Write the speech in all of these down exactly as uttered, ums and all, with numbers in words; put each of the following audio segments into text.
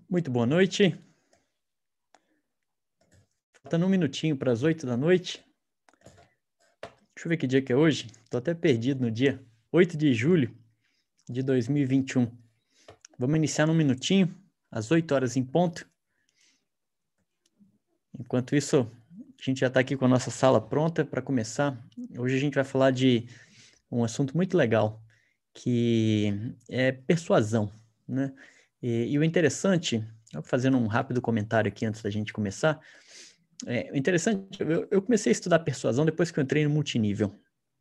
Muito boa noite. Faltando um minutinho para as oito da noite. Deixa eu ver que dia que é hoje. Estou até perdido no dia. oito de julho de dois mil e vinte e um. Vamos iniciar num minutinho, às oito horas em ponto. Enquanto isso, a gente já está aqui com a nossa sala pronta para começar. Hoje a gente vai falar de um assunto muito legal, que é persuasão, né? E, e o interessante, fazendo um rápido comentário aqui antes da gente começar, É, o interessante, eu, eu comecei a estudar persuasão depois que eu entrei no multinível.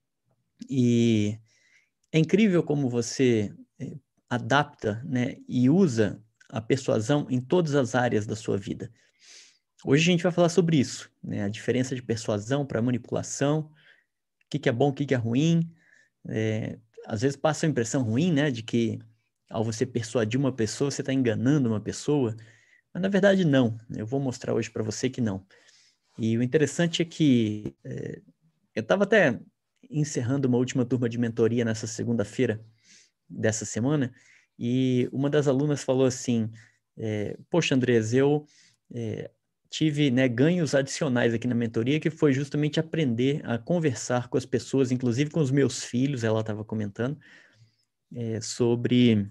E é incrível como você é, adapta, né, e usa a persuasão em todas as áreas da sua vida. Hoje a gente vai falar sobre isso, né, a diferença de persuasão para manipulação, o que, que é bom, o que, que é ruim. É, às vezes passa a impressão ruim, né, de que ao você persuadir uma pessoa, você está enganando uma pessoa, mas na verdade não. Eu vou mostrar hoje para você que não. E o interessante é que é, eu estava até encerrando uma última turma de mentoria nessa segunda-feira dessa semana, e uma das alunas falou assim, é, poxa, Andrés, eu é, tive, né, ganhos adicionais aqui na mentoria, que foi justamente aprender a conversar com as pessoas, inclusive com os meus filhos, ela estava comentando, é, sobre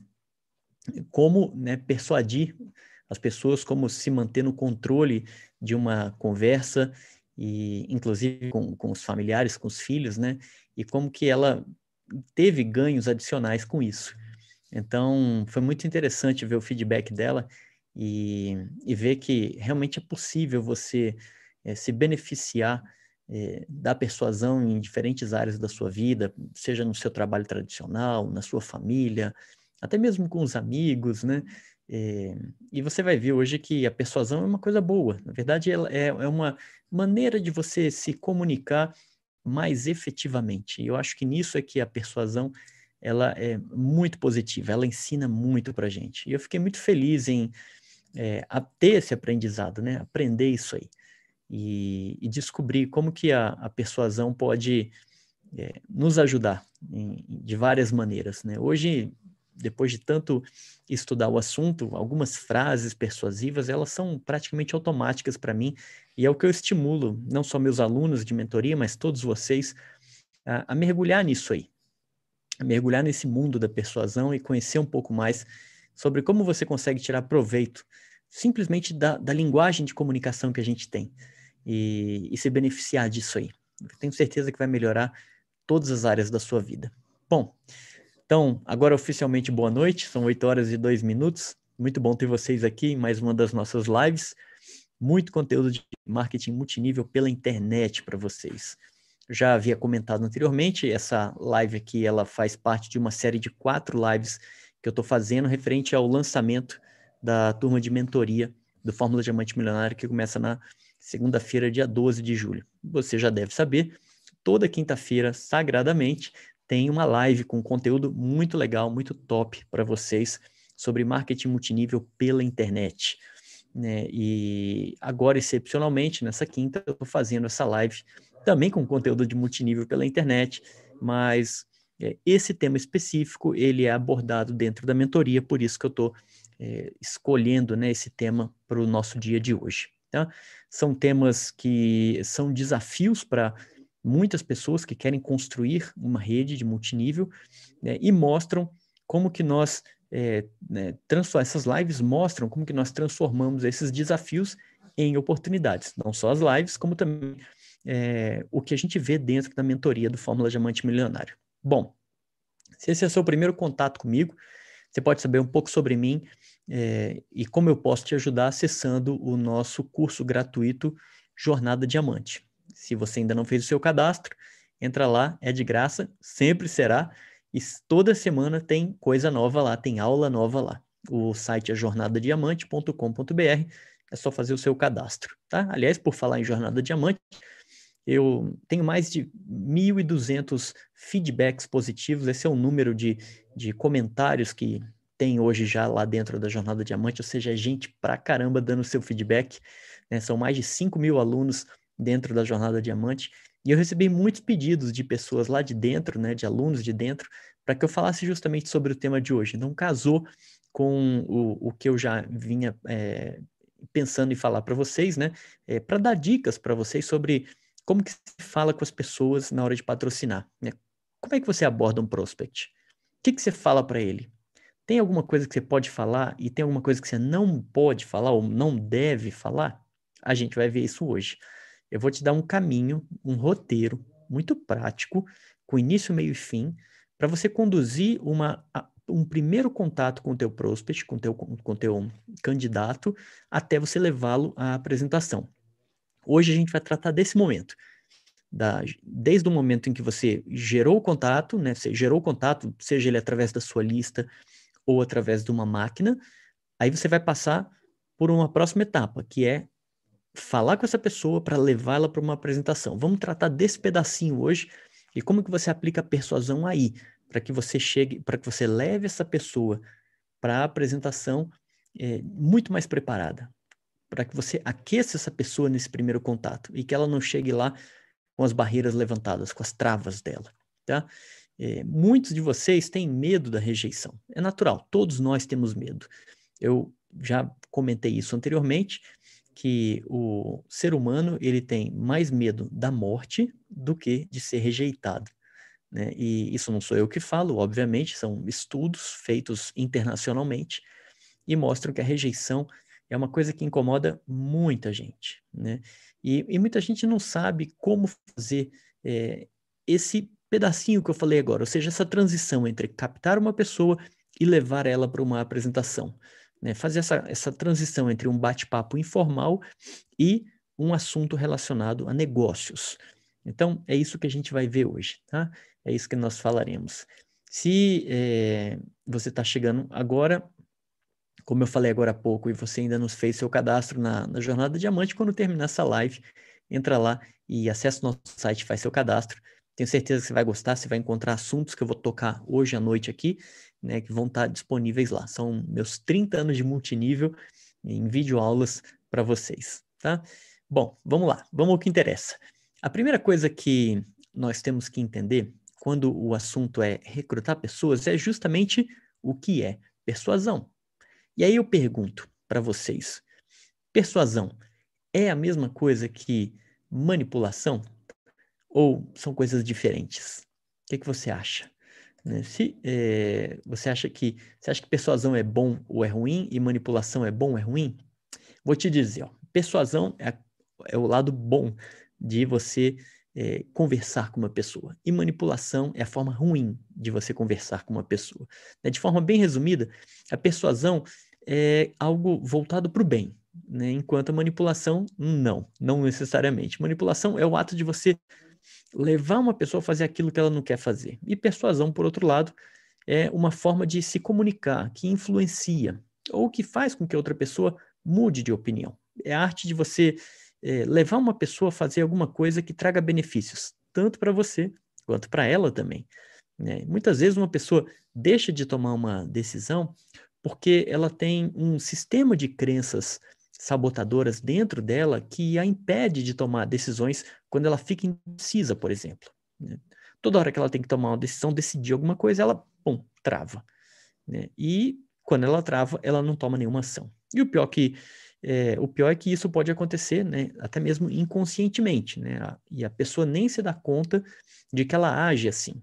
como, né, persuadir as pessoas, como se manter no controle de uma conversa, e inclusive com, com os familiares, com os filhos, né? E como que ela teve ganhos adicionais com isso. Então, foi muito interessante ver o feedback dela e, e ver que realmente é possível você é, se beneficiar é, da persuasão em diferentes áreas da sua vida, seja no seu trabalho tradicional, na sua família, até mesmo com os amigos, né? É, e você vai ver hoje que a persuasão é uma coisa boa. Na verdade, ela é, é uma maneira de você se comunicar mais efetivamente. E eu acho que nisso é que a persuasão ela é muito positiva, ela ensina muito para a gente. E eu fiquei muito feliz em é, ter esse aprendizado, né? Aprender isso aí. E, e descobrir como que a, a persuasão pode é, nos ajudar em, de várias maneiras, né? Hoje, depois de tanto estudar o assunto, algumas frases persuasivas, elas são praticamente automáticas para mim, e é o que eu estimulo, não só meus alunos de mentoria, mas todos vocês, a, a mergulhar nisso aí, a mergulhar nesse mundo da persuasão e conhecer um pouco mais sobre como você consegue tirar proveito simplesmente da, da linguagem de comunicação que a gente tem e, e se beneficiar disso aí. Eu tenho certeza que vai melhorar todas as áreas da sua vida. Bom, então, agora oficialmente boa noite, são oito horas e dois minutos. Muito bom ter vocês aqui em mais uma das nossas lives. Muito conteúdo de marketing multinível pela internet para vocês. Já havia comentado anteriormente, essa live aqui ela faz parte de uma série de quatro lives que eu estou fazendo referente ao lançamento da turma de mentoria do Fórmula Diamante Milionário, que começa na segunda-feira, dia doze de julho. Você já deve saber, toda quinta-feira, sagradamente, tem uma live com conteúdo muito legal, muito top para vocês sobre marketing multinível pela internet. Né? E agora, excepcionalmente, nessa quinta, eu estou fazendo essa live também com conteúdo de multinível pela internet, mas é, esse tema específico, ele é abordado dentro da mentoria, por isso que eu estou é, escolhendo, né, esse tema para o nosso dia de hoje. Tá? São temas que são desafios para muitas pessoas que querem construir uma rede de multinível, né, e mostram como que nós é, né, essas lives mostram como que nós transformamos esses desafios em oportunidades, não só as lives, como também é, o que a gente vê dentro da mentoria do Fórmula Diamante Milionário. Bom, se esse é o seu primeiro contato comigo, você pode saber um pouco sobre mim é, e como eu posso te ajudar acessando o nosso curso gratuito Jornada Diamante. Se você ainda não fez o seu cadastro, entra lá, é de graça, sempre será, e toda semana tem coisa nova lá, tem aula nova lá. O site é jornada diamante ponto com ponto b r, é só fazer o seu cadastro, tá? Aliás, por falar em Jornada Diamante, eu tenho mais de mil e duzentos feedbacks positivos, esse é o número de, de comentários que tem hoje já lá dentro da Jornada Diamante, ou seja, é gente pra caramba dando seu feedback, né? São mais de cinco mil alunos dentro da Jornada Diamante, e eu recebi muitos pedidos de pessoas lá de dentro, né, de alunos de dentro, para que eu falasse justamente sobre o tema de hoje. Então, casou com o, o que eu já vinha é, pensando em falar para vocês, né? É, para dar dicas para vocês sobre como que se fala com as pessoas na hora de patrocinar, né? Como é que você aborda um prospect? O que que você fala para ele? Tem alguma coisa que você pode falar e tem alguma coisa que você não pode falar ou não deve falar? A gente vai ver isso hoje. Eu vou te dar um caminho, um roteiro muito prático, com início, meio e fim, para você conduzir uma, um primeiro contato com o teu prospect, com o teu, com o teu candidato, até você levá-lo à apresentação. Hoje a gente vai tratar desse momento. Da, desde o momento em que você gerou o contato, né? Você gerou o contato, seja ele através da sua lista ou através de uma máquina, aí você vai passar por uma próxima etapa, que é falar com essa pessoa para levá-la para uma apresentação. Vamos tratar desse pedacinho hoje e como que você aplica a persuasão aí, para que você chegue, para que você leve essa pessoa para a apresentação é, muito mais preparada, para que você aqueça essa pessoa nesse primeiro contato e que ela não chegue lá com as barreiras levantadas, com as travas dela, tá? É, muitos de vocês têm medo da rejeição. É natural, todos nós temos medo. Eu já comentei isso anteriormente, que o ser humano ele tem mais medo da morte do que de ser rejeitado, né? E isso não sou eu que falo, obviamente, são estudos feitos internacionalmente e mostram que a rejeição é uma coisa que incomoda muita gente, né? E, e muita gente não sabe como fazer é, esse pedacinho que eu falei agora, ou seja, essa transição entre captar uma pessoa e levar ela para uma apresentação, né? Fazer essa, essa transição entre um bate-papo informal e um assunto relacionado a negócios. Então, é isso que a gente vai ver hoje, tá? É isso que nós falaremos. Se é, você está chegando agora, como eu falei agora há pouco, e você ainda não fez seu cadastro na, na Jornada Diamante, quando terminar essa live, entra lá e acessa o nosso site, faz seu cadastro. Tenho certeza que você vai gostar, você vai encontrar assuntos que eu vou tocar hoje à noite aqui, né, que vão estar disponíveis lá. São meus trinta anos de multinível em videoaulas para vocês, tá? Bom, vamos lá, vamos ao que interessa. A primeira coisa que nós temos que entender quando o assunto é recrutar pessoas é justamente o que é persuasão. E aí eu pergunto para vocês, persuasão é a mesma coisa que manipulação ou são coisas diferentes? O que, que você acha? Né? Se é, você acha que você acha que persuasão é bom ou é ruim e manipulação é bom ou é ruim? Vou te dizer, ó, persuasão é, é o lado bom de você é, conversar com uma pessoa e manipulação é a forma ruim de você conversar com uma pessoa. Né? De forma bem resumida, a persuasão é algo voltado para o bem, né? Enquanto a manipulação, não, não necessariamente. Manipulação é o ato de você levar uma pessoa a fazer aquilo que ela não quer fazer. E persuasão, por outro lado, é uma forma de se comunicar que influencia ou que faz com que outra pessoa mude de opinião. É a arte de você é, levar uma pessoa a fazer alguma coisa que traga benefícios, tanto para você quanto para ela também, né? Muitas vezes uma pessoa deixa de tomar uma decisão porque ela tem um sistema de crenças sabotadoras dentro dela que a impede de tomar decisões quando ela fica indecisa, por exemplo, né? Toda hora que ela tem que tomar uma decisão, decidir alguma coisa, ela, pum, trava, né? E quando ela trava, ela não toma nenhuma ação. E o pior que é, o pior é que isso pode acontecer, né, até mesmo inconscientemente, né? A, e a pessoa nem se dá conta de que ela age assim.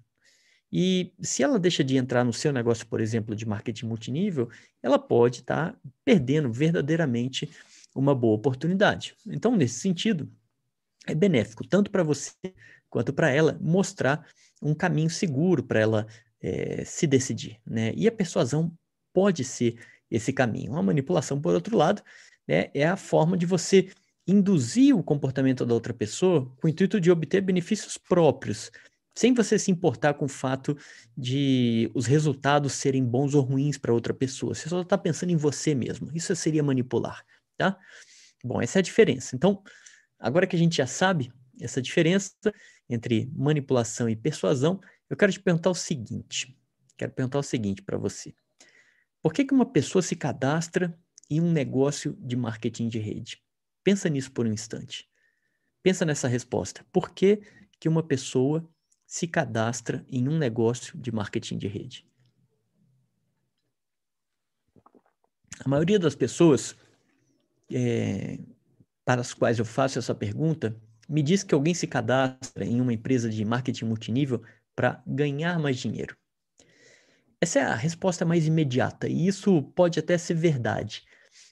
E se ela deixa de entrar no seu negócio, por exemplo, de marketing multinível, ela pode estar tá perdendo verdadeiramente uma boa oportunidade. Então, nesse sentido, é benéfico tanto para você quanto para ela mostrar um caminho seguro para ela é, se decidir, né? E a persuasão pode ser esse caminho. A manipulação, por outro lado, né, é a forma de você induzir o comportamento da outra pessoa com o intuito de obter benefícios próprios, sem você se importar com o fato de os resultados serem bons ou ruins para outra pessoa. Você só está pensando em você mesmo. Isso seria manipular, tá? Bom, essa é a diferença. Então, agora que a gente já sabe essa diferença entre manipulação e persuasão, eu quero te perguntar o seguinte. Quero perguntar o seguinte para você. Por que que uma pessoa se cadastra em um negócio de marketing de rede? Pensa nisso por um instante. Pensa nessa resposta. Por que que uma pessoa se cadastra em um negócio de marketing de rede? A maioria das pessoas é, para as quais eu faço essa pergunta me diz que alguém se cadastra em uma empresa de marketing multinível para ganhar mais dinheiro. Essa é a resposta mais imediata, e isso pode até ser verdade,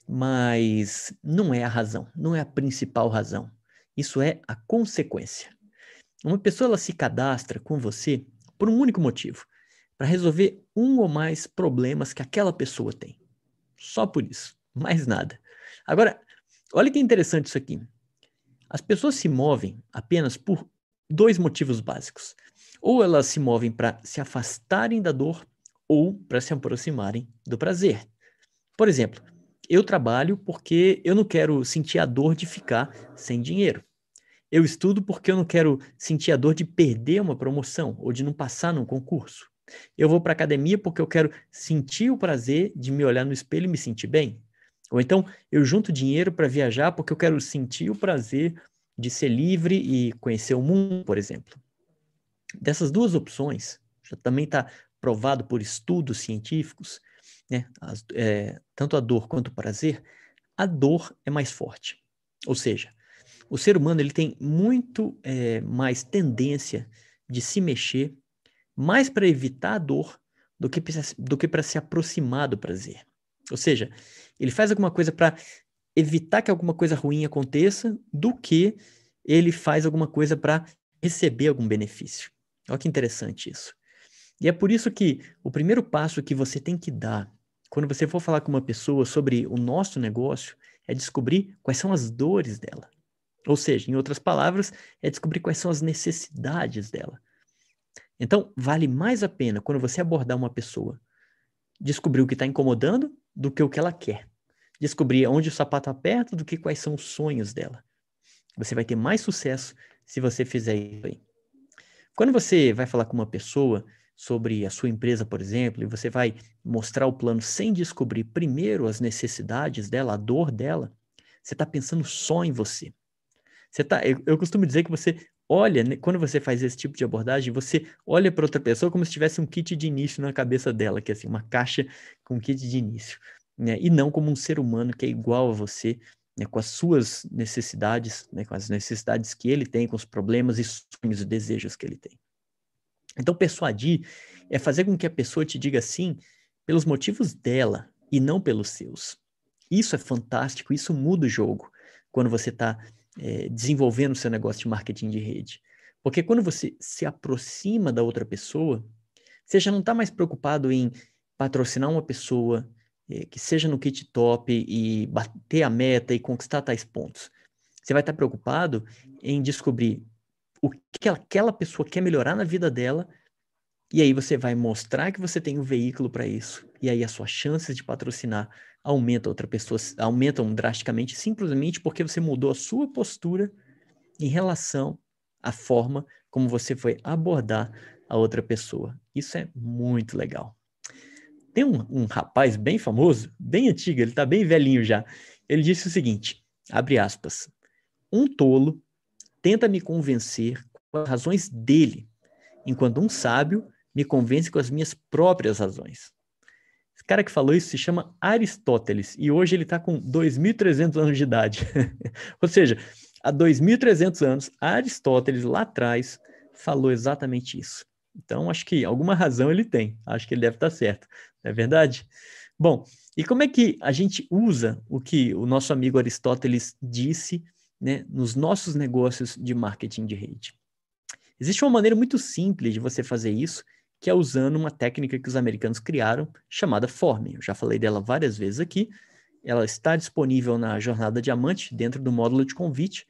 mas não é a razão, não é a principal razão. Isso é a consequência. Uma pessoa ela se cadastra com você por um único motivo, para resolver um ou mais problemas que aquela pessoa tem. Só por isso, mais nada. Agora, olha que interessante isso aqui. As pessoas se movem apenas por dois motivos básicos. Ou elas se movem para se afastarem da dor ou para se aproximarem do prazer. Por exemplo, eu trabalho porque eu não quero sentir a dor de ficar sem dinheiro. Eu estudo porque eu não quero sentir a dor de perder uma promoção ou de não passar num concurso. Eu vou para a academia porque eu quero sentir o prazer de me olhar no espelho e me sentir bem. Ou então, eu junto dinheiro para viajar porque eu quero sentir o prazer de ser livre e conhecer o mundo, por exemplo. Dessas duas opções, já também está provado por estudos científicos, né, as, é, tanto a dor quanto o prazer, a dor é mais forte. Ou seja, o ser humano ele tem muito é, mais tendência de se mexer mais para evitar a dor do que, do que para se aproximar do prazer. Ou seja, ele faz alguma coisa para evitar que alguma coisa ruim aconteça do que ele faz alguma coisa para receber algum benefício. Olha que interessante isso. E é por isso que o primeiro passo que você tem que dar quando você for falar com uma pessoa sobre o nosso negócio é descobrir quais são as dores dela. Ou seja, em outras palavras, é descobrir quais são as necessidades dela. Então, vale mais a pena, quando você abordar uma pessoa, descobrir o que está incomodando do que o que ela quer. Descobrir onde o sapato aperta do que quais são os sonhos dela. Você vai ter mais sucesso se você fizer isso aí. Quando você vai falar com uma pessoa sobre a sua empresa, por exemplo, e você vai mostrar o plano sem descobrir primeiro as necessidades dela, a dor dela, você está pensando só em você. Você tá, eu, eu costumo dizer que você olha, né, quando você faz esse tipo de abordagem, você olha para outra pessoa como se tivesse um kit de início na cabeça dela, que é assim, uma caixa com um kit de início, né? E não como um ser humano que é igual a você, né, com as suas necessidades, né, com as necessidades que ele tem, com os problemas e sonhos e desejos que ele tem. Então, persuadir é fazer com que a pessoa te diga sim pelos motivos dela e não pelos seus. Isso é fantástico, isso muda o jogo quando você está é, desenvolvendo o seu negócio de marketing de rede. Porque quando você se aproxima da outra pessoa, você já não está mais preocupado em patrocinar uma pessoa é, que seja no kit top e bater a meta e conquistar tais pontos. Você vai estar tá preocupado em descobrir o que aquela pessoa quer melhorar na vida dela, e aí você vai mostrar que você tem um veículo para isso, e aí as suas chances de patrocinar aumentam, outra pessoa, aumentam drasticamente, simplesmente porque você mudou a sua postura em relação à forma como você foi abordar a outra pessoa. Isso é muito legal. Tem um, um rapaz bem famoso, bem antigo, ele está bem velhinho já, ele disse o seguinte, abre aspas, um tolo tenta me convencer com as razões dele, enquanto um sábio me convence com as minhas próprias razões. Esse cara que falou isso se chama Aristóteles, e hoje ele está com dois mil e trezentos anos de idade. Ou seja, há dois mil e trezentos anos, Aristóteles, lá atrás, falou exatamente isso. Então, acho que alguma razão ele tem. Acho que ele deve estar certo. Não é verdade? Bom, e como é que a gente usa o que o nosso amigo Aristóteles disse, né, nos nossos negócios de marketing de rede? Existe uma maneira muito simples de você fazer isso, que é usando uma técnica que os americanos criaram, chamada Forme. Eu já falei dela várias vezes aqui. Ela está disponível na Jornada Diamante, dentro do módulo de convite.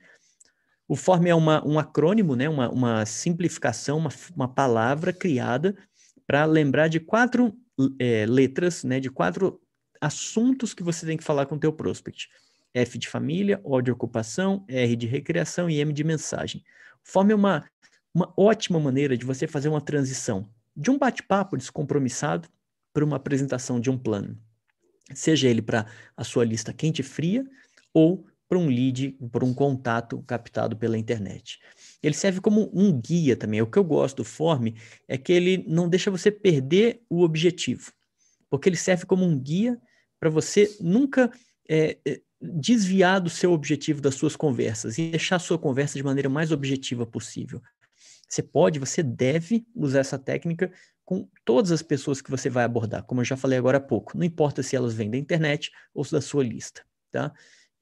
O Forme é uma, um acrônimo, né? uma, uma simplificação, uma, uma palavra criada para lembrar de quatro é, letras, né? de quatro assuntos que você tem que falar com o teu prospect. F de família, O de ocupação, R de recreação e M de mensagem. Forme é uma Uma ótima maneira de você fazer uma transição de um bate-papo descompromissado para uma apresentação de um plano. Seja ele para a sua lista quente e fria ou para um lead, para um contato captado pela internet. Ele serve como um guia também. O que eu gosto do Forme é que ele não deixa você perder o objetivo, porque ele serve como um guia para você nunca é, é, desviar do seu objetivo das suas conversas e deixar a sua conversa de maneira mais objetiva possível. Você pode, você deve usar essa técnica com todas as pessoas que você vai abordar, como eu já falei agora há pouco. Não importa se elas vêm da internet ou da sua lista, tá?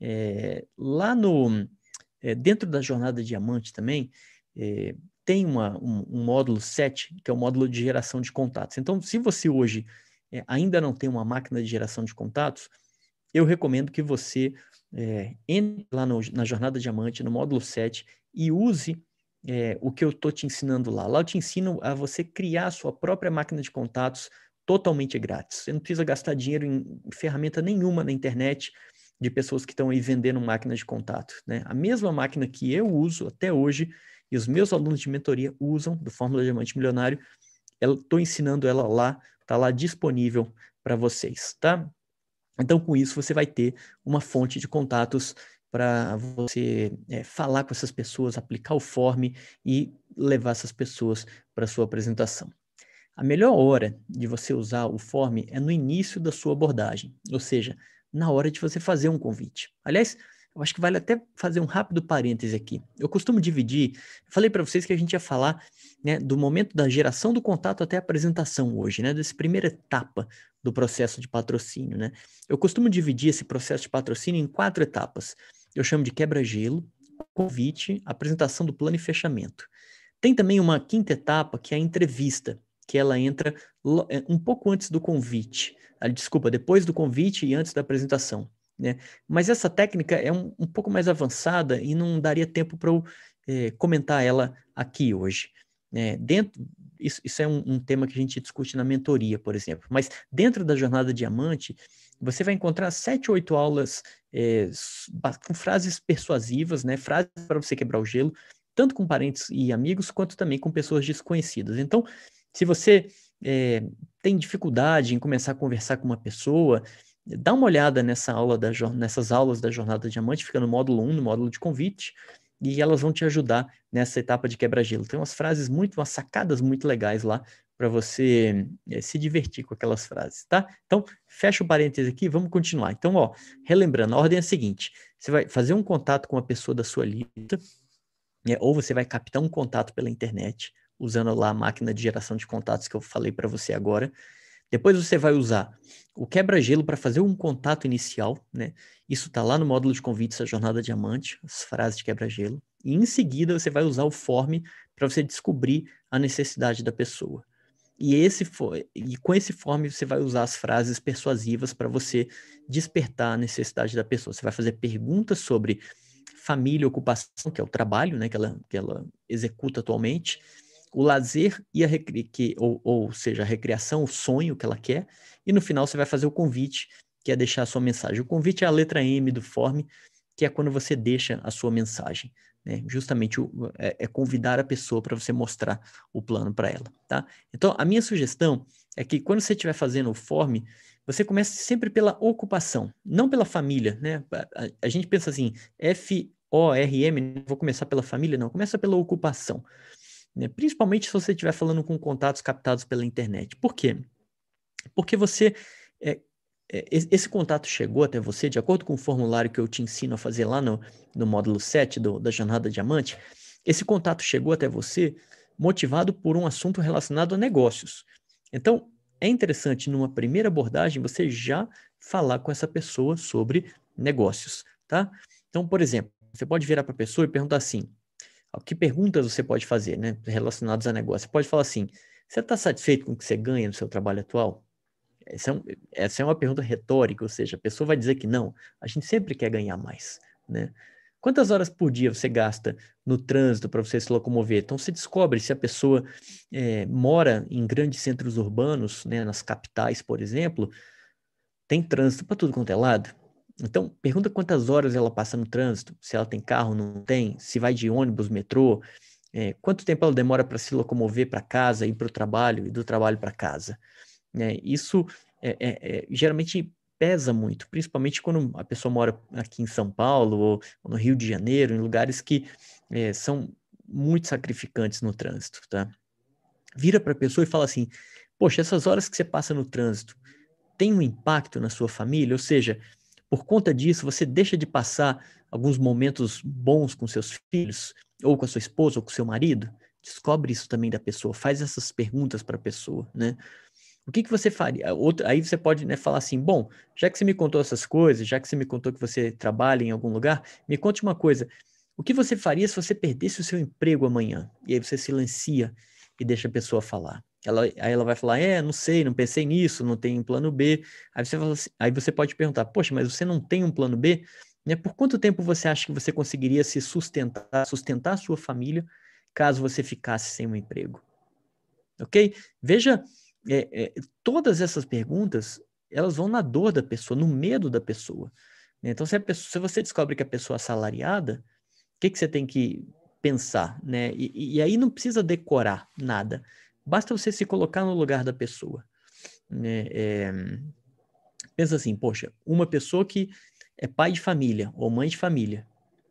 É, lá no, é, dentro da Jornada Diamante também, é, tem uma, um, um módulo sete, que é o módulo de geração de contatos. Então, se você hoje é, ainda não tem uma máquina de geração de contatos, eu recomendo que você é, entre lá no, na Jornada Diamante, no módulo sete, e use é, o que eu estou te ensinando lá. Lá eu te ensino a você criar a sua própria máquina de contatos totalmente grátis. Você não precisa gastar dinheiro em ferramenta nenhuma na internet de pessoas que estão aí vendendo máquinas de contato, né? A mesma máquina que eu uso até hoje e os meus alunos de mentoria usam, do Fórmula Diamante Milionário, eu estou ensinando ela lá, está lá disponível para vocês, tá? Então, com isso, você vai ter uma fonte de contatos para você é, falar com essas pessoas, aplicar o form e levar essas pessoas para a sua apresentação. A melhor hora de você usar o form é no início da sua abordagem, ou seja, na hora de você fazer um convite. Aliás, eu acho que vale até fazer um rápido parêntese aqui. Eu costumo dividir, eu falei para vocês que a gente ia falar, né, do momento da geração do contato até a apresentação hoje, né, dessa primeira etapa do processo de patrocínio, né? Eu costumo dividir esse processo de patrocínio em quatro etapas. Eu chamo de quebra-gelo, convite, apresentação do plano e fechamento. Tem também uma quinta etapa, que é a entrevista, que ela entra um pouco antes do convite. Ah, desculpa, depois do convite e antes da apresentação, né? Mas essa técnica é um, um pouco mais avançada e não daria tempo para eu eh, comentar ela aqui hoje. Né? Dentro, isso, isso é um, um tema que a gente discute na mentoria, por exemplo. Mas dentro da Jornada Diamante, você vai encontrar sete, oito aulas eh, com frases persuasivas, né? Frases para você quebrar o gelo, tanto com parentes e amigos, quanto também com pessoas desconhecidas. Então, se você é, tem dificuldade em começar a conversar com uma pessoa, dá uma olhada nessa aula da, nessas aulas da Jornada Diamante, fica no módulo um, no módulo de convite, e elas vão te ajudar nessa etapa de quebra-gelo. Tem umas frases muito, umas sacadas muito legais lá para você é, se divertir com aquelas frases, tá? Então, fecha o parêntese aqui, vamos continuar. Então, ó, relembrando, a ordem é a seguinte: você vai fazer um contato com uma pessoa da sua lista, é, ou você vai captar um contato pela internet, usando lá a máquina de geração de contatos que eu falei para você agora. Depois você vai usar o quebra-gelo para fazer um contato inicial, né? Isso está lá no módulo de convites da Jornada Diamante, as frases de quebra-gelo. E em seguida você vai usar o form para você descobrir a necessidade da pessoa. E, esse for, e com esse form você vai usar as frases persuasivas para você despertar a necessidade da pessoa. Você vai fazer perguntas sobre família, ocupação, que é o trabalho, né, que ela, que ela executa atualmente, o lazer e a recri... que, ou, ou seja, a recreação, o sonho que ela quer, e no final você vai fazer o convite, que é deixar a sua mensagem. O convite é a letra M do form, que é quando você deixa a sua mensagem. Né? Justamente o, é, é convidar a pessoa para você mostrar o plano para ela. Tá? Então, a minha sugestão é que quando você estiver fazendo o form, você comece sempre pela ocupação, não pela família. Né? A, a, a gente pensa assim, F O R M, vou começar pela família? Não, começa pela ocupação. Né? Principalmente se você estiver falando com contatos captados pela internet. Por quê? Porque você... É, é, esse contato chegou até você, de acordo com o formulário que eu te ensino a fazer lá no, no módulo sete do, da Jornada Diamante, esse contato chegou até você motivado por um assunto relacionado a negócios. Então, é interessante, numa primeira abordagem, você já falar com essa pessoa sobre negócios, tá? Então, por exemplo, você pode virar para a pessoa e perguntar assim, que perguntas você pode fazer, né, relacionadas a negócio? Você pode falar assim, você está satisfeito com o que você ganha no seu trabalho atual? Essa é, um, essa é uma pergunta retórica, ou seja, a pessoa vai dizer que não. A gente sempre quer ganhar mais, né? Quantas horas por dia você gasta no trânsito para você se locomover? Então, você descobre se a pessoa é, mora em grandes centros urbanos, né, nas capitais, por exemplo, tem trânsito para tudo quanto é lado. Então, pergunta quantas horas ela passa no trânsito, se ela tem carro, não tem, se vai de ônibus, metrô, é, quanto tempo ela demora para se locomover para casa, ir para o trabalho e do trabalho para casa. É, isso é, é, é, geralmente pesa muito, principalmente quando a pessoa mora aqui em São Paulo ou, ou no Rio de Janeiro, em lugares que é, são muito sacrificantes no trânsito, tá? Vira para a pessoa e fala assim, poxa, essas horas que você passa no trânsito, tem um impacto na sua família? Ou seja, por conta disso, você deixa de passar alguns momentos bons com seus filhos, ou com a sua esposa, ou com o seu marido? Descobre isso também da pessoa, faz essas perguntas para a pessoa, né? O que que você faria? Outro, aí você pode, né, falar assim, bom, já que você me contou essas coisas, já que você me contou que você trabalha em algum lugar, me conte uma coisa. O que você faria se você perdesse o seu emprego amanhã? E aí você silencia e deixa a pessoa falar. Ela, aí ela vai falar, é, não sei, não pensei nisso, não tem um plano B. Aí você, fala assim, aí você pode perguntar, poxa, mas você não tem um plano B? Né? Por quanto tempo você acha que você conseguiria se sustentar, sustentar a sua família, caso você ficasse sem um emprego? Ok? Veja, é, é, todas essas perguntas, elas vão na dor da pessoa, no medo da pessoa. Né? Então, se, a pessoa, se você descobre que a pessoa é assalariada, o que, que você tem que pensar? Né? E, e aí não precisa decorar nada. Basta você se colocar no lugar da pessoa. Né? É, pensa assim, poxa, uma pessoa que é pai de família ou mãe de família,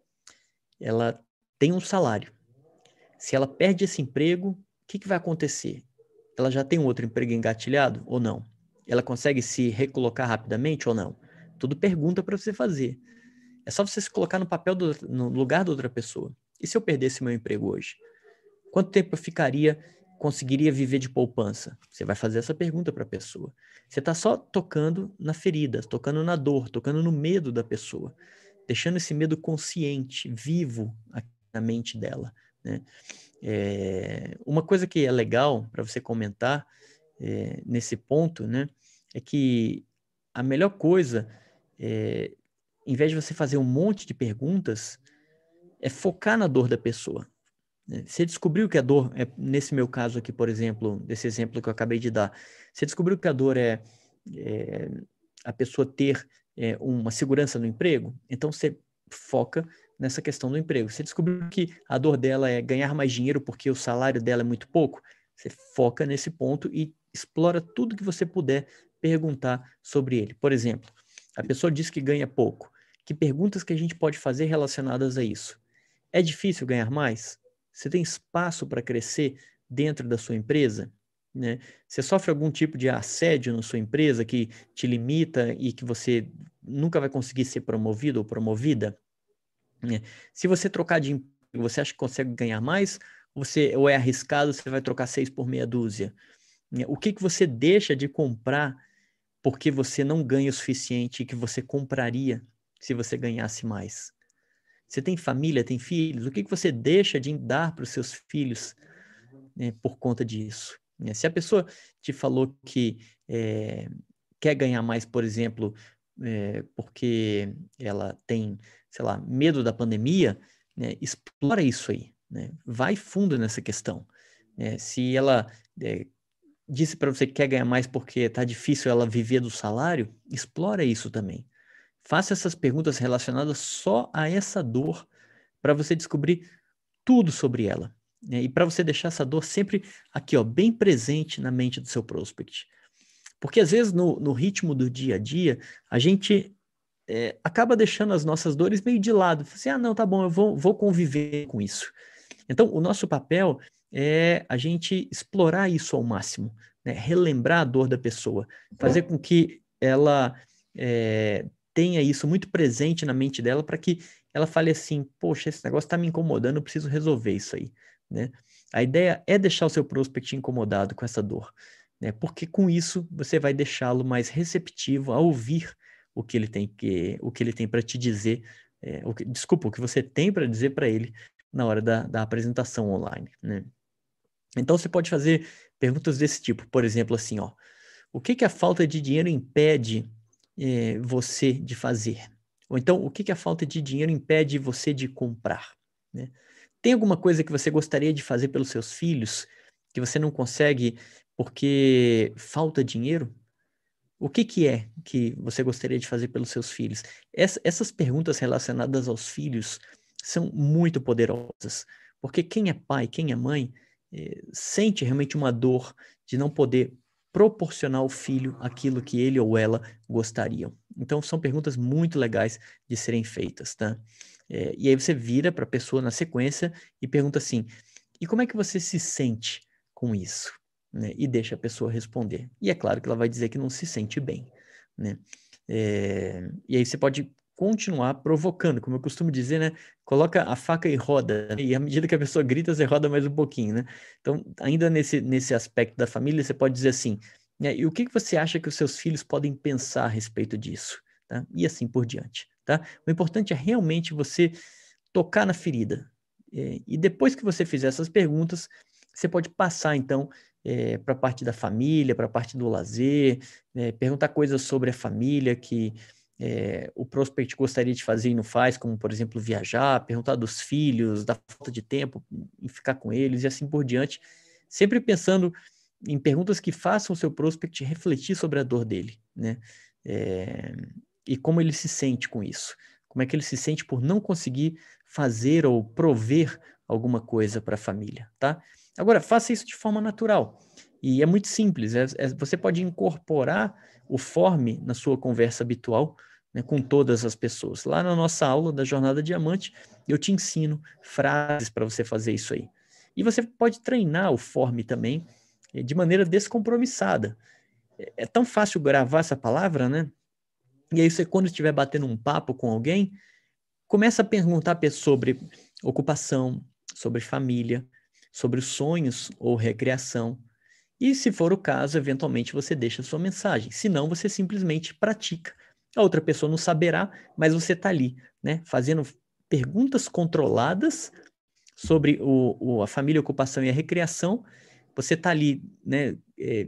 ela tem um salário. Se ela perde esse emprego, o que, que vai acontecer? Ela já tem um outro emprego engatilhado ou não? Ela consegue se recolocar rapidamente ou não? Tudo pergunta para você fazer. É só você se colocar no papel, do, no lugar da outra pessoa. E se eu perdesse meu emprego hoje? Quanto tempo eu ficaria, conseguiria viver de poupança? Você vai fazer essa pergunta para a pessoa. Você está só tocando na ferida, tocando na dor, tocando no medo da pessoa, deixando esse medo consciente, vivo aqui na mente dela, né? É, uma coisa que é legal para você comentar é, nesse ponto, né, é que a melhor coisa, é, em vez de você fazer um monte de perguntas, é focar na dor da pessoa. Né? Você descobriu que a dor, é, nesse meu caso aqui, por exemplo, desse exemplo que eu acabei de dar, você descobriu que a dor é, é a pessoa ter é, uma segurança no emprego, então você foca nessa questão do emprego. Você descobriu que a dor dela é ganhar mais dinheiro porque o salário dela é muito pouco, você foca nesse ponto e explora tudo que você puder perguntar sobre ele. Por exemplo, a pessoa diz que ganha pouco. Que perguntas que a gente pode fazer relacionadas a isso? É difícil ganhar mais? Você tem espaço para crescer dentro da sua empresa? Né? Você sofre algum tipo de assédio na sua empresa que te limita e que você nunca vai conseguir ser promovido ou promovida? Né? Se você trocar de emprego, você acha que consegue ganhar mais? Ou, você, ou é arriscado, você vai trocar seis por meia dúzia? Né? O que, que você deixa de comprar porque você não ganha o suficiente e que você compraria se você ganhasse mais? Você tem família, tem filhos? O que, que você deixa de dar para os seus filhos, né, por conta disso? Né? Se a pessoa te falou que é, quer ganhar mais, por exemplo, é, porque ela tem, sei lá, medo da pandemia, né, explora isso aí. Né? Vai fundo nessa questão. É, se ela é, disse para você que quer ganhar mais porque está difícil ela viver do salário, explora isso também. Faça essas perguntas relacionadas só a essa dor para você descobrir tudo sobre ela. Né? E para você deixar essa dor sempre aqui, ó, bem presente na mente do seu prospect. Porque às vezes no, no ritmo do dia a dia, a gente é, acaba deixando as nossas dores meio de lado. Assim, ah, não, tá bom, eu vou, vou conviver com isso. Então, o nosso papel é a gente explorar isso ao máximo, né? Relembrar a dor da pessoa, fazer com que ela é, tenha isso muito presente na mente dela para que ela fale assim, poxa, esse negócio está me incomodando, eu preciso resolver isso aí, né? A ideia é deixar o seu prospect incomodado com essa dor, né? Porque com isso você vai deixá-lo mais receptivo a ouvir o que ele tem que, o que ele tem para te dizer, é, o que, desculpa, o que você tem para dizer para ele na hora da, da apresentação online, né? Então você pode fazer perguntas desse tipo, por exemplo, assim, ó, o que que a falta de dinheiro impede eh, você de fazer? Ou então, o que que a falta de dinheiro impede você de comprar? Né? Tem alguma coisa que você gostaria de fazer pelos seus filhos que você não consegue porque falta dinheiro? O que que é que você gostaria de fazer pelos seus filhos? Essa, essas perguntas relacionadas aos filhos são muito poderosas, porque quem é pai, quem é mãe, eh, sente realmente uma dor de não poder proporcionar ao filho aquilo que ele ou ela gostariam. Então, são perguntas muito legais de serem feitas, tá? Eh, e aí você vira para a pessoa na sequência e pergunta assim, e como é que você se sente com isso? Né? E deixa a pessoa responder. E é claro que ela vai dizer que não se sente bem. né? É, e aí você pode continuar provocando, como eu costumo dizer, né? Coloca a faca e roda, né? E à medida que a pessoa grita, você roda mais um pouquinho, né? Então, ainda nesse, nesse aspecto da família, você pode dizer assim, né? E o que que você acha que os seus filhos podem pensar a respeito disso? Tá? E assim por diante, tá? O importante é realmente você tocar na ferida. É, e depois que você fizer essas perguntas, você pode passar, então, é, para a parte da família, para a parte do lazer, é, perguntar coisas sobre a família que é, o prospect gostaria de fazer e não faz, como, por exemplo, viajar, perguntar dos filhos, da falta de tempo em ficar com eles e assim por diante, sempre pensando em perguntas que façam o seu prospect refletir sobre a dor dele, né? É, e como ele se sente com isso. Como é que ele se sente por não conseguir fazer ou prover alguma coisa para a família, tá? Agora, faça isso de forma natural. E é muito simples. É, é, você pode incorporar o form na sua conversa habitual, né, com todas as pessoas. Lá na nossa aula da Jornada Diamante, eu te ensino frases para você fazer isso aí. E você pode treinar o form também de maneira descompromissada. É, é tão fácil gravar essa palavra, né? E aí você, quando estiver batendo um papo com alguém, começa a perguntar sobre ocupação, sobre família, sobre sonhos ou recreação. E, se for o caso, eventualmente você deixa a sua mensagem. Se não, você simplesmente pratica. A outra pessoa não saberá, mas você está ali, né, fazendo perguntas controladas sobre o, o, a família, a ocupação e a recreação. Você está ali, né, é,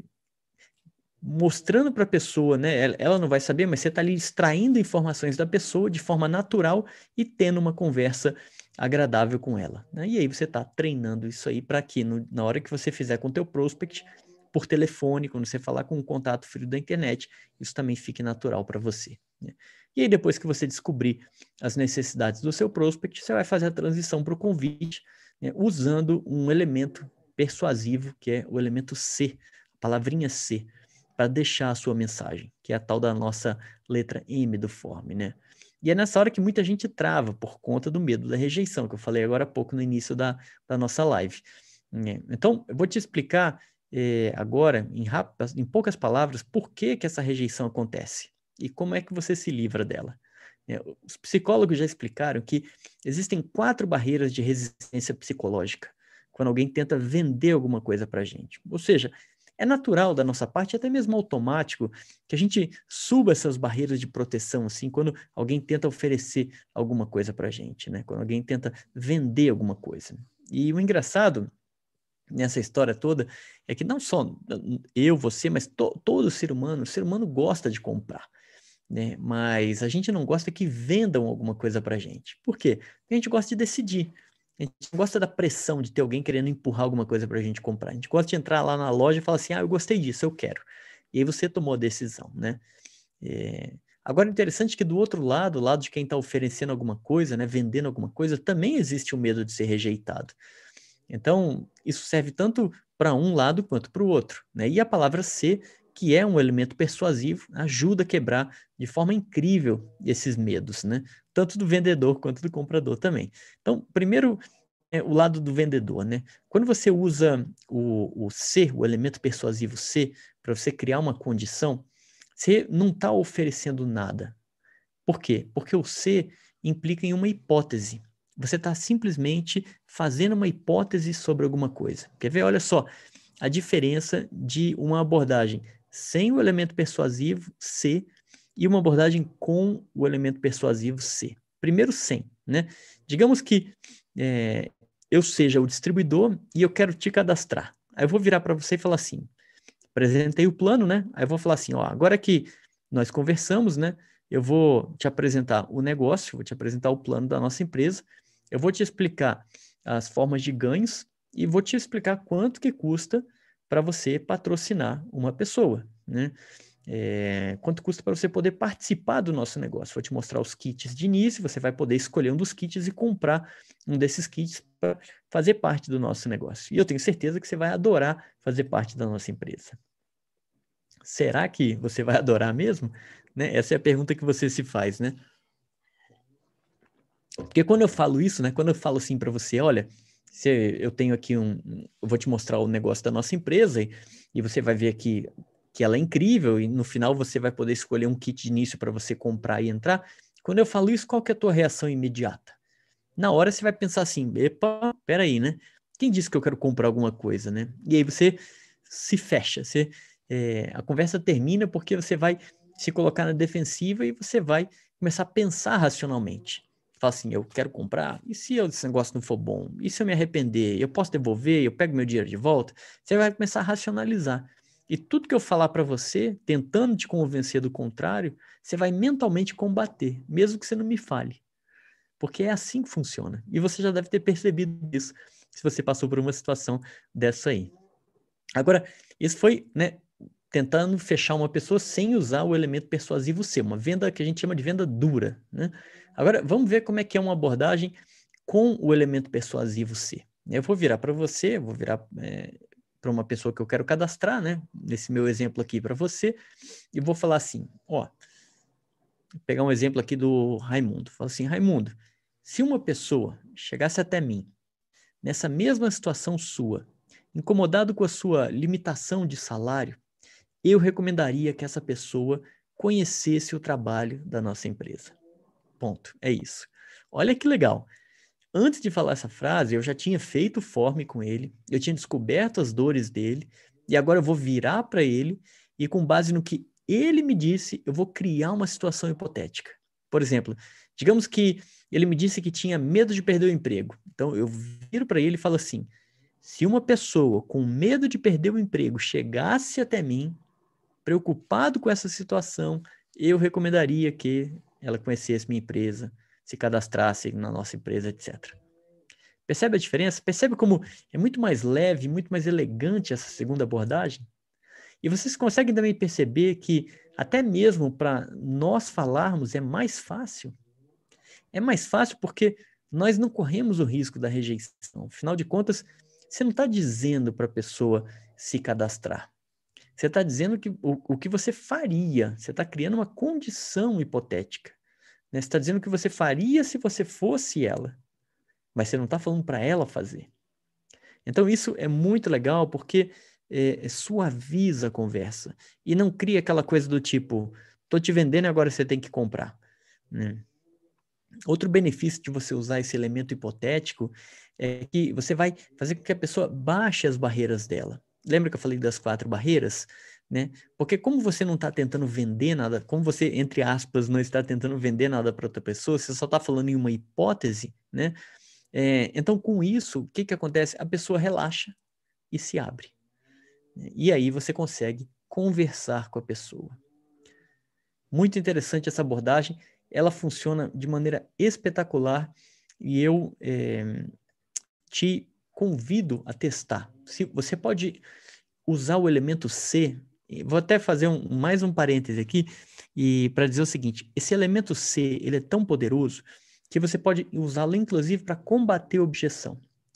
mostrando para a pessoa, né? Ela não vai saber, mas você está ali extraindo informações da pessoa de forma natural e tendo uma conversa agradável com ela, né? E aí você está treinando isso aí para que no, na hora que você fizer com o teu prospect, por telefone, quando você falar com um contato filho da internet, isso também fique natural para você, né? E aí depois que você descobrir as necessidades do seu prospect, você vai fazer a transição para o convite, né, usando um elemento persuasivo, que é o elemento C, a palavrinha C, para deixar a sua mensagem, que é a tal da nossa letra M do form, né? E é nessa hora que muita gente trava por conta do medo da rejeição, que eu falei agora há pouco no início da, da nossa live, né? Então, eu vou te explicar eh, agora, em, rápidas, em poucas palavras, por que, que essa rejeição acontece e como é que você se livra dela. É, os psicólogos já explicaram que existem quatro barreiras de resistência psicológica quando alguém tenta vender alguma coisa para a gente. Ou seja, é natural da nossa parte, até mesmo automático, que a gente suba essas barreiras de proteção, assim, quando alguém tenta oferecer alguma coisa para a gente, né? Quando alguém tenta vender alguma coisa. E o engraçado nessa história toda é que não só eu, você, mas to, todo ser humano, o ser humano gosta de comprar, né? Mas a gente não gosta que vendam alguma coisa para a gente. Por quê? Porque a gente gosta de decidir. A gente não gosta da pressão de ter alguém querendo empurrar alguma coisa para a gente comprar. A gente gosta de entrar lá na loja e falar assim, ah, eu gostei disso, eu quero. E aí você tomou a decisão, né? É... Agora, interessante que do outro lado, o lado de quem está oferecendo alguma coisa, né, vendendo alguma coisa, também existe o medo de ser rejeitado. Então, isso serve tanto para um lado quanto para o outro, né? E a palavra ser, que é um elemento persuasivo, ajuda a quebrar de forma incrível esses medos, né? Tanto do vendedor quanto do comprador também. Então, primeiro, é o lado do vendedor, né? Quando você usa o, o ser, o elemento persuasivo ser, para você criar uma condição, você não está oferecendo nada. Por quê? Porque o ser implica em uma hipótese. Você está simplesmente fazendo uma hipótese sobre alguma coisa. Quer ver? Olha só a diferença de uma abordagem sem o elemento persuasivo, C, e uma abordagem com o elemento persuasivo, C. Primeiro, sem, né? Digamos que é, eu seja o distribuidor e eu quero te cadastrar. Aí eu vou virar para você e falar assim, apresentei o plano, né? Aí eu vou falar assim, ó, agora que nós conversamos, né? Eu vou te apresentar o negócio, vou te apresentar o plano da nossa empresa, eu vou te explicar as formas de ganhos e vou te explicar quanto que custa para você patrocinar uma pessoa, né? É, quanto custa para você poder participar do nosso negócio. Vou te mostrar os kits de início, você vai poder escolher um dos kits e comprar um desses kits para fazer parte do nosso negócio. E eu tenho certeza que você vai adorar fazer parte da nossa empresa. Será que você vai adorar mesmo? Né? Essa é a pergunta que você se faz, né? Porque quando eu falo isso, né? Quando eu falo assim para você, olha, se eu tenho aqui um, eu vou te mostrar o negócio da nossa empresa e, e você vai ver aqui que ela é incrível e no final você vai poder escolher um kit de início para você comprar e entrar. Quando eu falo isso, qual que é a tua reação imediata? Na hora você vai pensar assim, epa, peraí, né? Quem disse que eu quero comprar alguma coisa, né? E aí você se fecha, você, é, a conversa termina porque você vai se colocar na defensiva e você vai começar a pensar racionalmente. Fala assim, eu quero comprar, e se esse negócio não for bom? E se eu me arrepender? Eu posso devolver? Eu pego meu dinheiro de volta? Você vai começar a racionalizar. E tudo que eu falar para você, tentando te convencer do contrário, você vai mentalmente combater, mesmo que você não me fale. Porque é assim que funciona. E você já deve ter percebido isso, se você passou por uma situação dessa aí. Agora, isso foi, né, tentando fechar uma pessoa sem usar o elemento persuasivo seu, uma venda que a gente chama de venda dura, né? Agora, vamos ver como é que é uma abordagem com o elemento persuasivo C. Eu vou virar para você, vou virar é, para uma pessoa que eu quero cadastrar, né? Nesse meu exemplo aqui para você, e vou falar assim, ó, vou pegar um exemplo aqui do Raimundo. Fala assim, Raimundo, se uma pessoa chegasse até mim, nessa mesma situação sua, incomodado com a sua limitação de salário, eu recomendaria que essa pessoa conhecesse o trabalho da nossa empresa. Ponto. É isso. Olha que legal. Antes de falar essa frase, eu já tinha feito o form com ele, eu tinha descoberto as dores dele, e agora eu vou virar para ele e, com base no que ele me disse, eu vou criar uma situação hipotética. Por exemplo, digamos que ele me disse que tinha medo de perder o emprego. Então, eu viro para ele e falo assim, se uma pessoa com medo de perder o emprego chegasse até mim, preocupado com essa situação, eu recomendaria que ela conhecesse minha empresa, se cadastrasse na nossa empresa, etcétera. Percebe a diferença? Percebe como é muito mais leve, muito mais elegante essa segunda abordagem? E vocês conseguem também perceber que até mesmo para nós falarmos é mais fácil? É mais fácil porque nós não corremos o risco da rejeição. Afinal de contas, você não está dizendo para a pessoa se cadastrar. Você está dizendo que, o, o que você faria. Você está criando uma condição hipotética. Né? Você está dizendo o que você faria se você fosse ela. Mas você não está falando para ela fazer. Então, isso é muito legal porque é, suaviza a conversa. E não cria aquela coisa do tipo, estou te vendendo e agora você tem que comprar. Né? Outro benefício de você usar esse elemento hipotético é que você vai fazer com que a pessoa baixe as barreiras dela. Lembra que eu falei das quatro barreiras? Né? Porque como você não está tentando vender nada, como você, entre aspas, não está tentando vender nada para outra pessoa, você só está falando em uma hipótese, né? É, então, com isso, o que, que acontece? A pessoa relaxa e se abre. E aí você consegue conversar com a pessoa. Muito interessante essa abordagem. Ela funciona de maneira espetacular e eu é, te convido a testar. Se, você pode usar o elemento C, vou até fazer um, mais um parêntese aqui, e para dizer o seguinte, esse elemento C ele é tão poderoso que você pode usá-lo inclusive para combater a objeção.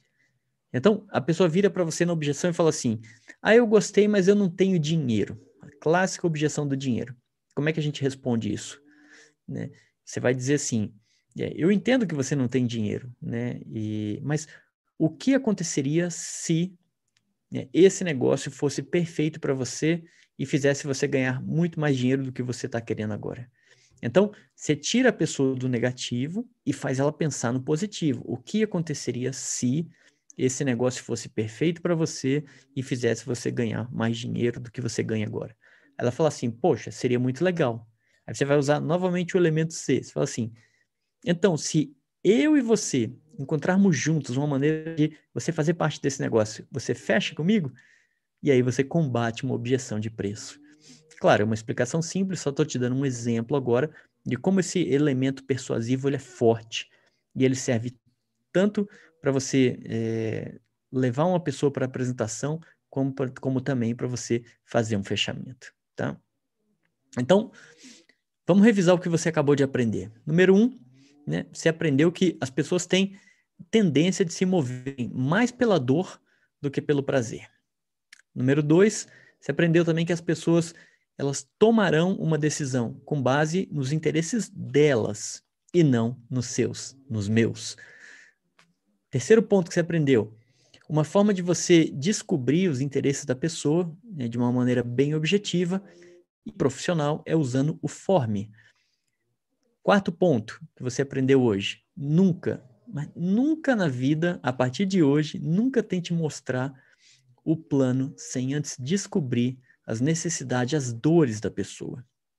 Então, a pessoa vira para você na objeção e fala assim, ah, eu gostei, mas eu não tenho dinheiro. A clássica objeção do dinheiro. Como é que a gente responde isso? Né? Você vai dizer assim, é, eu entendo que você não tem dinheiro, né? E, mas o que aconteceria se, né, esse negócio fosse perfeito para você e fizesse você ganhar muito mais dinheiro do que você está querendo agora? Então, você tira a pessoa do negativo e faz ela pensar no positivo. O que aconteceria se esse negócio fosse perfeito para você e fizesse você ganhar mais dinheiro do que você ganha agora? Ela fala assim, poxa, seria muito legal. Aí você vai usar novamente o elemento C. Você fala assim, então, se eu e você encontrarmos juntos uma maneira de você fazer parte desse negócio, você fecha comigo? E aí você combate uma objeção de preço. Claro, é uma explicação simples, só estou te dando um exemplo agora de como esse elemento persuasivo ele é forte e ele serve tanto para você é, levar uma pessoa para a apresentação, como, pra, como também para você fazer um fechamento. Tá? Então, vamos revisar o que você acabou de aprender. Número um, né, você aprendeu que as pessoas têm tendência de se moverem mais pela dor do que pelo prazer. Número dois, você aprendeu também que as pessoas elas tomarão uma decisão com base nos interesses delas e não nos seus, nos meus. Terceiro ponto que você aprendeu, Uma forma de você descobrir os interesses da pessoa, né, de uma maneira bem objetiva e profissional é usando o form. Quarto ponto que você aprendeu hoje. Nunca, mas nunca na vida, a partir de hoje, nunca tente mostrar o plano sem antes descobrir as necessidades, as dores da pessoa.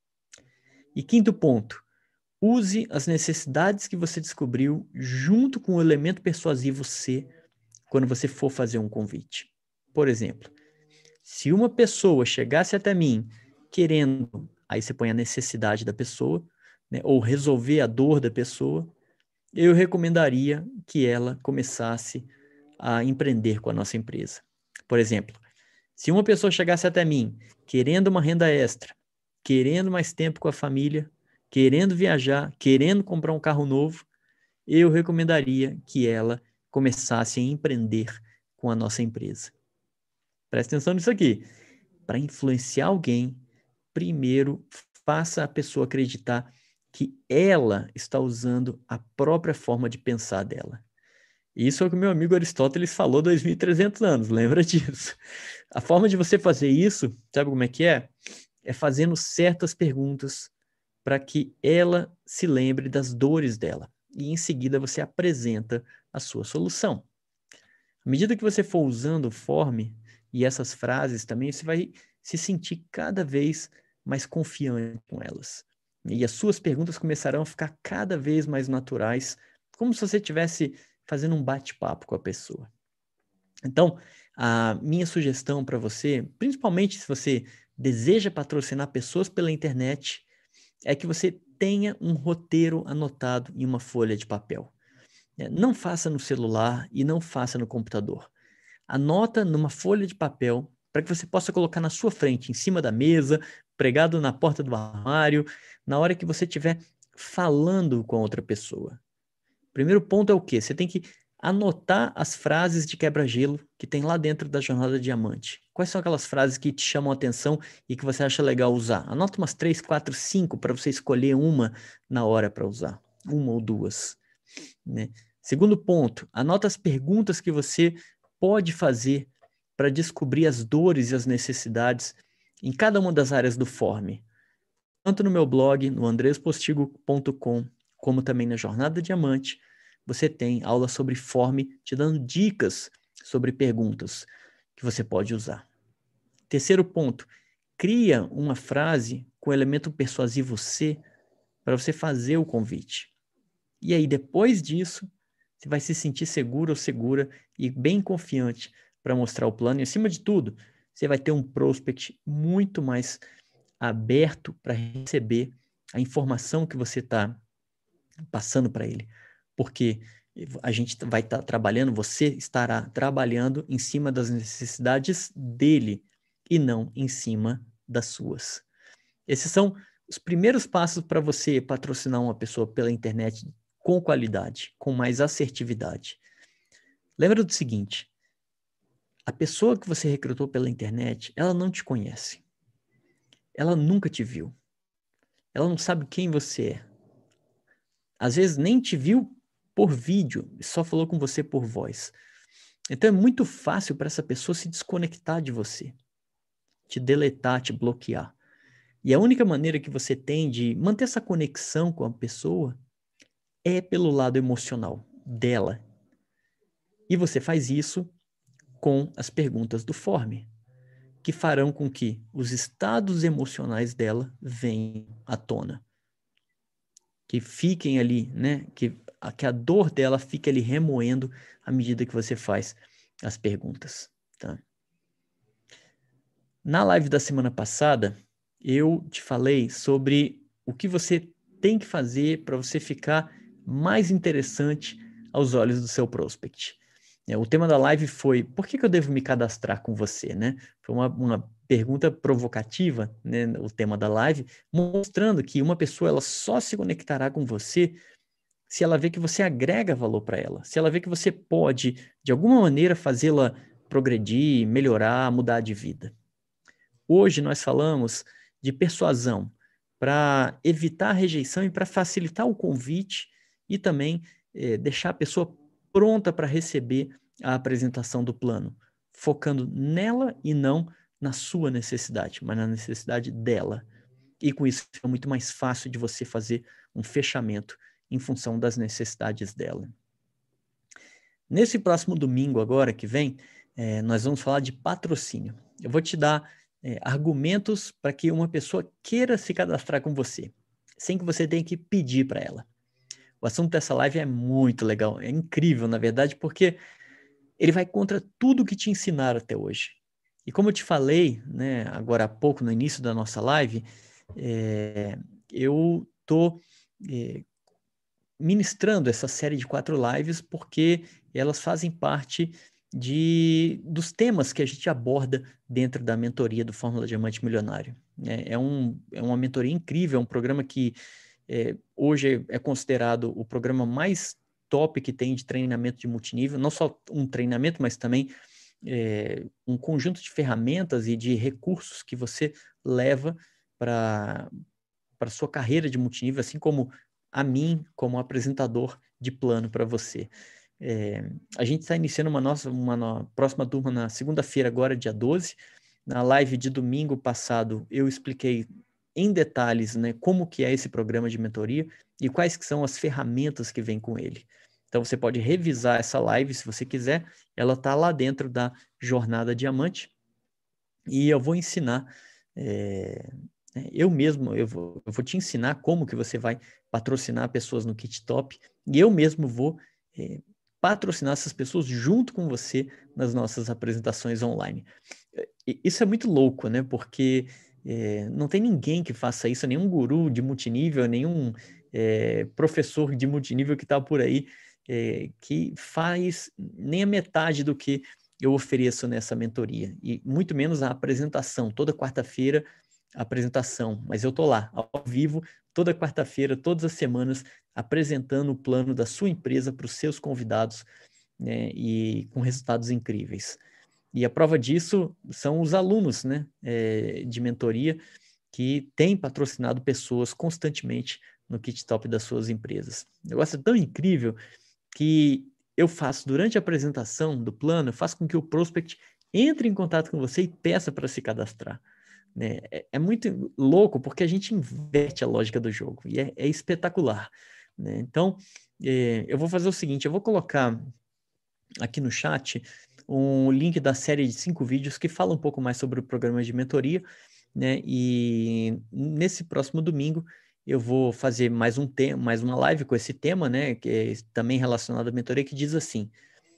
E quinto ponto, use as necessidades que você descobriu junto com o elemento persuasivo C quando você for fazer um convite. Por exemplo, se uma pessoa chegasse até mim querendo, aí você põe a necessidade da pessoa, né, ou resolver a dor da pessoa, eu recomendaria que ela começasse a empreender com a nossa empresa. Por exemplo, se uma pessoa chegasse até mim querendo uma renda extra, querendo mais tempo com a família, querendo viajar, querendo comprar um carro novo, eu recomendaria que ela começasse a empreender com a nossa empresa. Presta atenção nisso aqui. Para influenciar alguém, primeiro faça a pessoa acreditar que ela está usando a própria forma de pensar dela. Isso é o que meu amigo Aristóteles falou dois mil e trezentos anos, lembra disso? A forma de você fazer isso, sabe como é que é? É fazendo certas perguntas para que ela se lembre das dores dela. E em seguida você apresenta a sua solução. À medida que você for usando o form e essas frases também, você vai se sentir cada vez mais confiante com elas. E as suas perguntas começarão a ficar cada vez mais naturais, como se você estivesse fazendo um bate-papo com a pessoa. Então, a minha sugestão para você, principalmente se você deseja patrocinar pessoas pela internet, é que você tenha um roteiro anotado em uma folha de papel. Não faça no celular e não faça no computador. Anota numa folha de papel para que você possa colocar na sua frente, em cima da mesa, pregado na porta do armário, na hora que você estiver falando com outra pessoa. Primeiro ponto é o quê? Você tem que anotar as frases de quebra-gelo que tem lá dentro da Jornada Diamante. Quais são aquelas frases que te chamam a atenção e que você acha legal usar? Anota umas três, quatro, cinco para você escolher uma na hora para usar. Uma ou duas. Né? Segundo ponto, anota as perguntas que você pode fazer para descobrir as dores e as necessidades em cada uma das áreas do form. Tanto no meu blog, no andres postigo ponto com, como também na Jornada Diamante, você tem aula sobre form, te dando dicas sobre perguntas que você pode usar. Terceiro ponto, cria uma frase com o elemento persuasivo C para você fazer o convite. E aí, depois disso, você vai se sentir seguro ou segura e bem confiante para mostrar o plano. E, acima de tudo, você vai ter um prospect muito mais aberto para receber a informação que você está passando para ele. Porque a gente vai estar tá trabalhando, você estará trabalhando em cima das necessidades dele e não em cima das suas. Esses são os primeiros passos para você patrocinar uma pessoa pela internet com qualidade, com mais assertividade. Lembra do seguinte, a pessoa que você recrutou pela internet, ela não te conhece. Ela nunca te viu. Ela não sabe quem você é. Às vezes nem te viu por vídeo, só falou com você por voz. Então é muito fácil para essa pessoa se desconectar de você, te deletar, te bloquear. E a única maneira que você tem de manter essa conexão com a pessoa é pelo lado emocional dela. E você faz isso com as perguntas do form, que farão com que os estados emocionais dela venham à tona. Que fiquem ali, né? Que, que a dor dela fique ali remoendo à medida que você faz as perguntas, tá? Na live da semana passada, eu te falei sobre o que você tem que fazer para você ficar mais interessante aos olhos do seu prospect. O tema da live foi, por que, que eu devo me cadastrar com você, né? Foi uma, uma pergunta provocativa, né, o tema da live, mostrando que uma pessoa ela só se conectará com você se ela vê que você agrega valor para ela, se ela vê que você pode, de alguma maneira, fazê-la progredir, melhorar, mudar de vida. Hoje nós falamos de persuasão para evitar a rejeição e para facilitar o convite e também eh, deixar a pessoa pronta para receber a apresentação do plano, focando nela e não na sua necessidade, mas na necessidade dela. E com isso fica muito mais fácil de você fazer um fechamento em função das necessidades dela. Nesse próximo domingo agora que vem, é, nós vamos falar de patrocínio. Eu vou te dar é, argumentos para que uma pessoa queira se cadastrar com você, sem que você tenha que pedir para ela. O assunto dessa live é muito legal, é incrível, na verdade, porque ele vai contra tudo que te ensinaram até hoje. E como eu te falei, né, agora há pouco, no início da nossa live, é, eu estou é, ministrando essa série de quatro lives porque elas fazem parte de, dos temas que a gente aborda dentro da mentoria do Fórmula Diamante Milionário. É, é, um, é uma mentoria incrível, é um programa que é, hoje é considerado o programa mais top que tem de treinamento de multinível, não só um treinamento, mas também é, um conjunto de ferramentas e de recursos que você leva para para sua carreira de multinível, assim como a mim, como apresentador de plano para você. É, a gente está iniciando uma nossa uma no, próxima turma na segunda-feira, agora, dia doze. Na live de domingo passado, eu expliquei em detalhes, né, como que é esse programa de mentoria e quais que são as ferramentas que vêm com ele. Então, você pode revisar essa live se você quiser. Ela está lá dentro da Jornada Diamante. E eu vou ensinar, é, eu mesmo, eu vou, eu vou te ensinar como que você vai patrocinar pessoas no Kit Top. E eu mesmo vou é, patrocinar essas pessoas junto com você nas nossas apresentações online. Isso é muito louco, né? Porque é, não tem ninguém que faça isso, nenhum guru de multinível, nenhum é, professor de multinível que está por aí, é, que faz nem a metade do que eu ofereço nessa mentoria. E muito menos a apresentação. Toda quarta-feira, a apresentação. Mas eu estou lá, ao vivo, toda quarta-feira, todas as semanas, apresentando o plano da sua empresa para os seus convidados, né? E com resultados incríveis. E a prova disso são os alunos, né, é, de mentoria que têm patrocinado pessoas constantemente no Kit Top das suas empresas. O negócio é tão incrível que eu faço durante a apresentação do plano, eu faço com que o prospect entre em contato com você e peça para se cadastrar. Né? É, é muito louco porque a gente inverte a lógica do jogo e é, é espetacular. Né? Então, é, eu vou fazer o seguinte, eu vou colocar aqui no chat um link da série de cinco vídeos que fala um pouco mais sobre o programa de mentoria, né? E nesse próximo domingo eu vou fazer mais um tema, mais uma live com esse tema, né? Que é também relacionado à mentoria, que diz assim: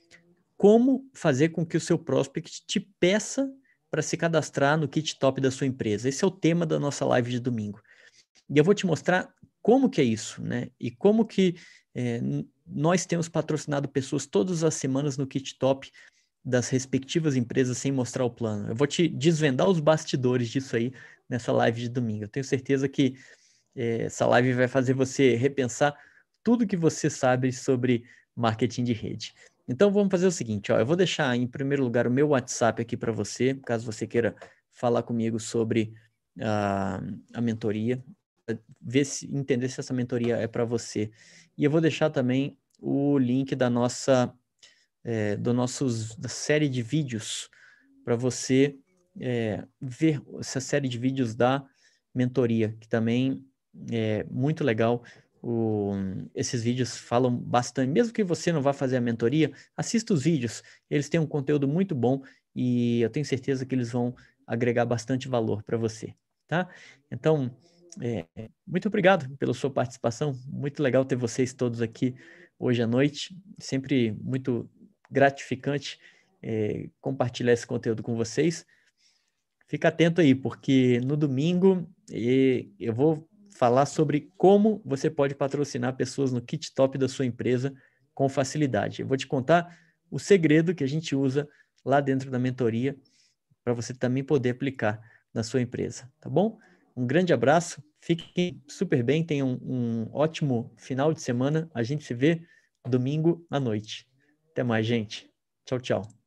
como fazer com que o seu prospect te peça para se cadastrar no Kit Top da sua empresa. Esse é o tema da nossa live de domingo. E eu vou te mostrar como que é isso, né? E como que é, nós temos patrocinado pessoas todas as semanas no Kit Top das respectivas empresas sem mostrar o plano. Eu vou te desvendar os bastidores disso aí nessa live de domingo. Eu tenho certeza que é, essa live vai fazer você repensar tudo que você sabe sobre marketing de rede. Então vamos fazer o seguinte, ó, eu vou deixar em primeiro lugar o meu WhatsApp aqui para você, caso você queira falar comigo sobre a, a mentoria, ver se entender se essa mentoria é para você. E eu vou deixar também o link da nossa é, do nossos da série de vídeos para você é, ver essa série de vídeos da mentoria, que também é muito legal. O, esses vídeos falam bastante, mesmo que você não vá fazer a mentoria, assista os vídeos, eles têm um conteúdo muito bom e eu tenho certeza que eles vão agregar bastante valor para você, tá? Então, é, muito obrigado pela sua participação, muito legal ter vocês todos aqui hoje à noite, sempre muito gratificante é, compartilhar esse conteúdo com vocês. Fica atento aí, porque no domingo e, eu vou falar sobre como você pode patrocinar pessoas no Kit Top da sua empresa com facilidade. Eu vou te contar o segredo que a gente usa lá dentro da mentoria para você também poder aplicar na sua empresa, tá bom? Um grande abraço, fiquem super bem, tenham um, um ótimo final de semana. A gente se vê domingo à noite. Até mais, gente. Tchau, tchau.